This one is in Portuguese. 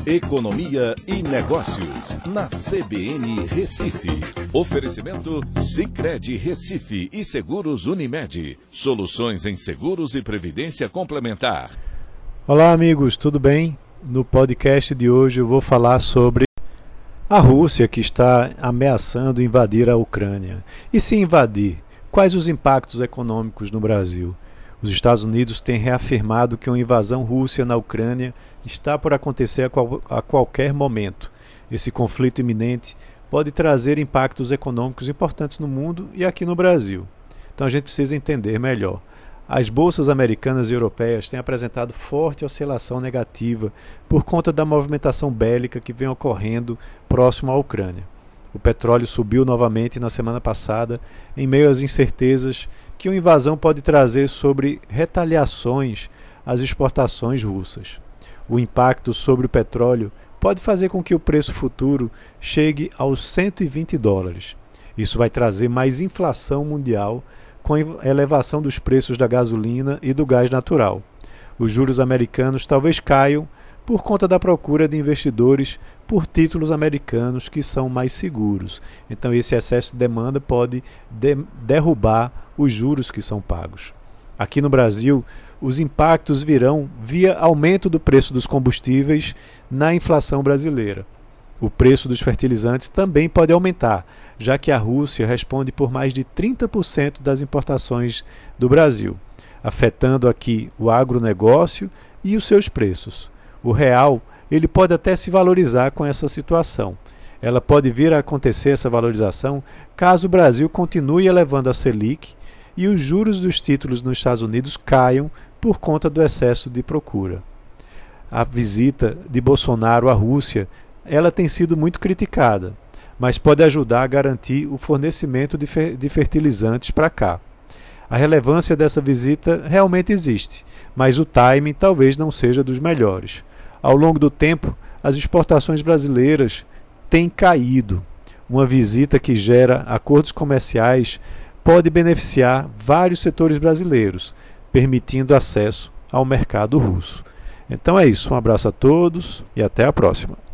Economia e Negócios, na CBN Recife. Oferecimento Sicredi Recife e Seguros Unimed. Soluções em seguros e previdência complementar. Olá amigos, tudo bem? No podcast de hoje eu vou falar sobre a Rússia, que está ameaçando invadir a Ucrânia. E se invadir, quais os impactos econômicos no Brasil? Os Estados Unidos têm reafirmado que uma invasão russa na Ucrânia está por acontecer a qualquer momento. Esse conflito iminente pode trazer impactos econômicos importantes no mundo e aqui no Brasil. Então a gente precisa entender melhor. As bolsas americanas e europeias têm apresentado forte oscilação negativa por conta da movimentação bélica que vem ocorrendo próximo à Ucrânia. O petróleo subiu novamente na semana passada, em meio às incertezas que uma invasão pode trazer sobre retaliações às exportações russas. O impacto sobre o petróleo pode fazer com que o preço futuro chegue aos $120. Isso vai trazer mais inflação mundial, com a elevação dos preços da gasolina e do gás natural. Os juros americanos talvez caiam por conta da procura de investidores por títulos americanos que são mais seguros. Então esse excesso de demanda pode derrubar os juros que são pagos. Aqui no Brasil, os impactos virão via aumento do preço dos combustíveis na inflação brasileira. O preço dos fertilizantes também pode aumentar, já que a Rússia responde por mais de 30% das importações do Brasil, afetando aqui o agronegócio e os seus preços. O real, ele pode até se valorizar com essa situação. Ela pode vir a acontecer, essa valorização, caso o Brasil continue elevando a Selic e os juros dos títulos nos Estados Unidos caiam por conta do excesso de procura. A visita de Bolsonaro à Rússia, ela tem sido muito criticada, mas pode ajudar a garantir o fornecimento de fertilizantes para cá. A relevância dessa visita realmente existe, mas o timing talvez não seja dos melhores. Ao longo do tempo, as exportações brasileiras têm caído. Uma visita que gera acordos comerciais pode beneficiar vários setores brasileiros, permitindo acesso ao mercado russo. Então é isso, um abraço a todos e até a próxima.